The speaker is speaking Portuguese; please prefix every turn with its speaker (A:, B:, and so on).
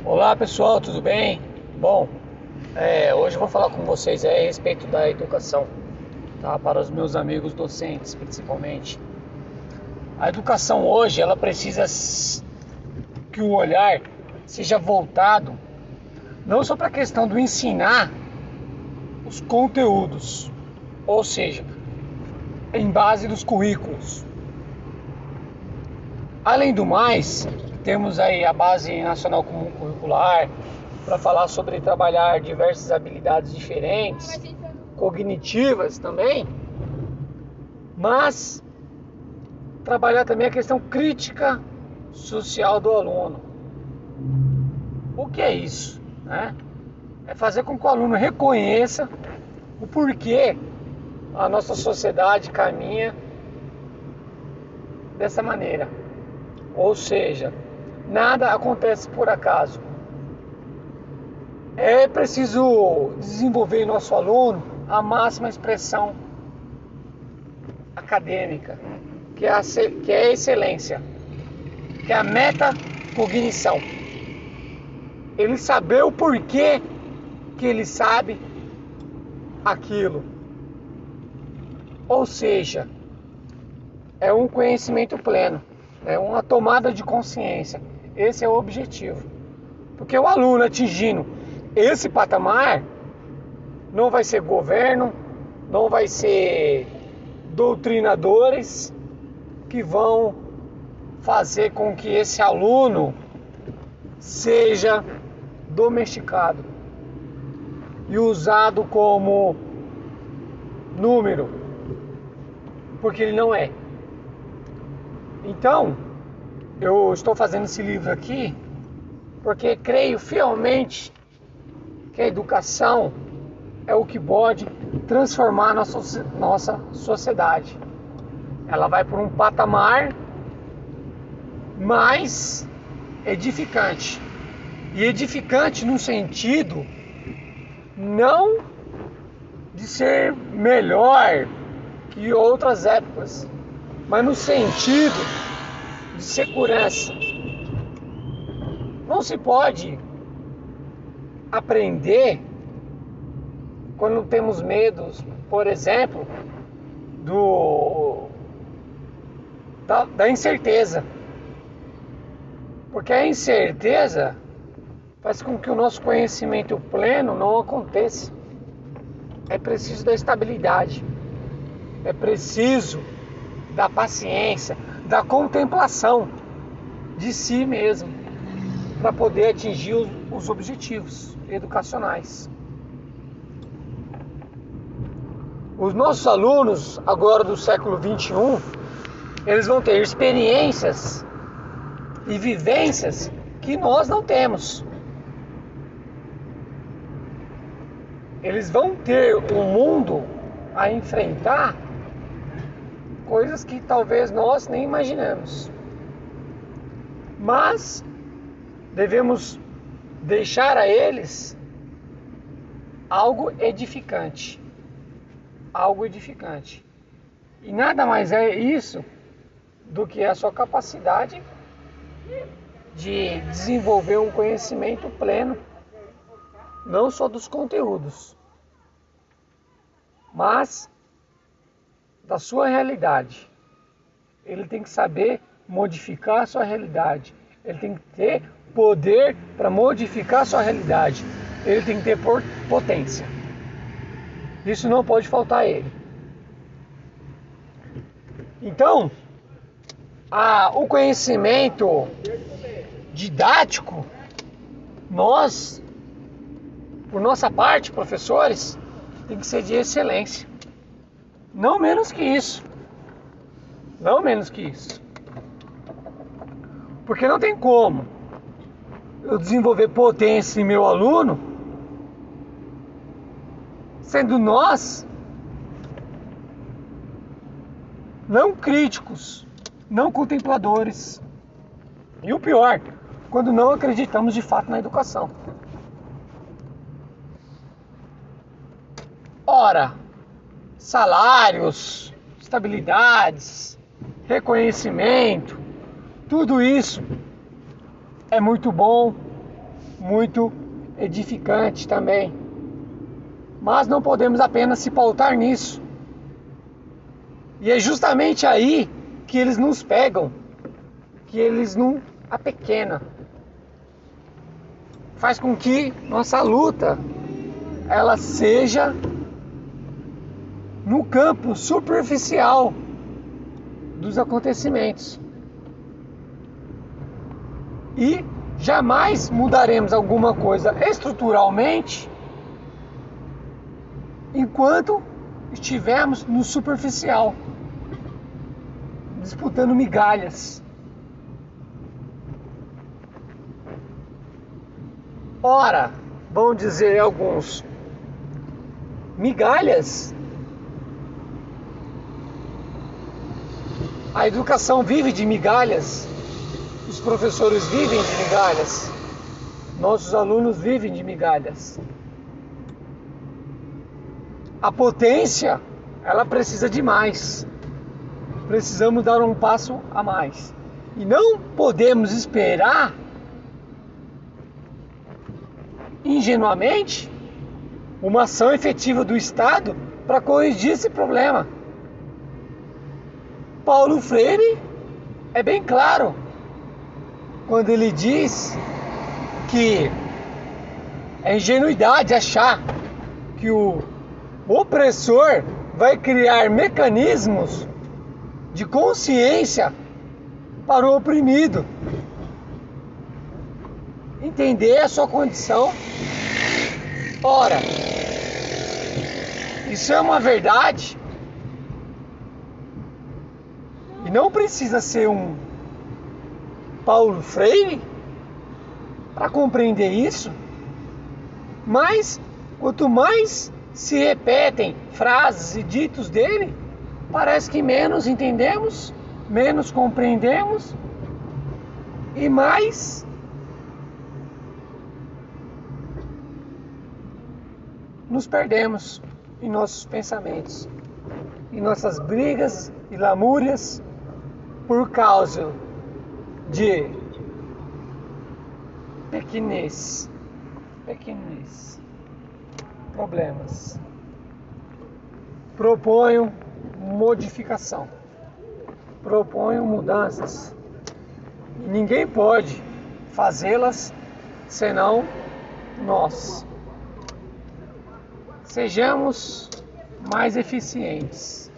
A: Olá pessoal, tudo bem? Bom, hoje eu vou falar com vocês a respeito da educação, tá? Para os meus amigos docentes principalmente. A educação hoje, ela precisa que o olhar seja voltado não só para a questão do ensinar os conteúdos, ou seja, em base dos currículos. Além do mais, temos aí a Base Nacional Comum Curricular para falar sobre trabalhar diversas habilidades diferentes, cognitivas também, mas trabalhar também a questão crítica social do aluno. O que é isso, né? É fazer com que o aluno reconheça o porquê a nossa sociedade caminha dessa maneira. Ou seja, nada acontece por acaso. É preciso desenvolver em nosso aluno a máxima expressão acadêmica, que é a excelência, que é a metacognição. Ele saber o porquê que ele sabe aquilo. Ou seja, é um conhecimento pleno. É uma tomada de consciência. Esse é o objetivo. Porque o aluno atingindo esse patamar, não vai ser governo, não vai ser doutrinadores que vão fazer com que esse aluno seja domesticado e usado como número, porque ele não é. Então, eu estou fazendo esse livro aqui porque creio fielmente que a educação é o que pode transformar a nossa sociedade. Ela vai por um patamar mais edificante. E edificante no sentido não de ser melhor que outras épocas, mas no sentido de segurança. Não se pode aprender quando temos medos, por exemplo, da incerteza. Porque a incerteza faz com que o nosso conhecimento pleno não aconteça. É preciso da estabilidade. É preciso da paciência, da contemplação de si mesmo, para poder atingir os objetivos educacionais. Os nossos alunos, agora do século XXI, eles vão ter experiências e vivências que nós não temos. Eles vão ter um mundo a enfrentar, coisas que talvez nós nem imaginamos. Mas devemos deixar a eles algo edificante. Algo edificante. E nada mais é isso do que a sua capacidade de desenvolver um conhecimento pleno, não só dos conteúdos, mas da sua realidade. Ele tem que saber modificar a sua realidade. Ele tem que ter poder para modificar a sua realidade. Ele tem que ter potência. Isso não pode faltar a ele. Então, o conhecimento didático, nós, por nossa parte, professores, tem que ser de excelência. Não menos que isso. Não menos que isso. Porque não tem como eu desenvolver potência em meu aluno sendo nós não críticos, não contempladores. E o pior, quando não acreditamos de fato na educação. Ora, salários, estabilidades, reconhecimento, tudo isso é muito bom, muito edificante também. Mas não podemos apenas se pautar nisso. E é justamente aí que eles nos pegam, que eles nos apequenam. Faz com que nossa luta ela seja no campo superficial dos acontecimentos. E jamais mudaremos alguma coisa estruturalmente enquanto estivermos no superficial, disputando migalhas. Ora, vão dizer alguns, migalhas? A educação vive de migalhas, os professores vivem de migalhas, nossos alunos vivem de migalhas. A potência, ela precisa de mais. Precisamos dar um passo a mais. E não podemos esperar ingenuamente uma ação efetiva do Estado para corrigir esse problema. Paulo Freire é bem claro quando ele diz que é ingenuidade achar que o opressor vai criar mecanismos de consciência para o oprimido. Entender a sua condição. Ora, isso é uma verdade. E não precisa ser um Paulo Freire para compreender isso. Mas, quanto mais se repetem frases e ditos dele, parece que menos entendemos, menos compreendemos e mais nos perdemos em nossos pensamentos, em nossas brigas e lamúrias por causa de pequenez, problemas. Proponho modificação, proponho mudanças. E ninguém pode fazê-las senão nós. Sejamos mais eficientes.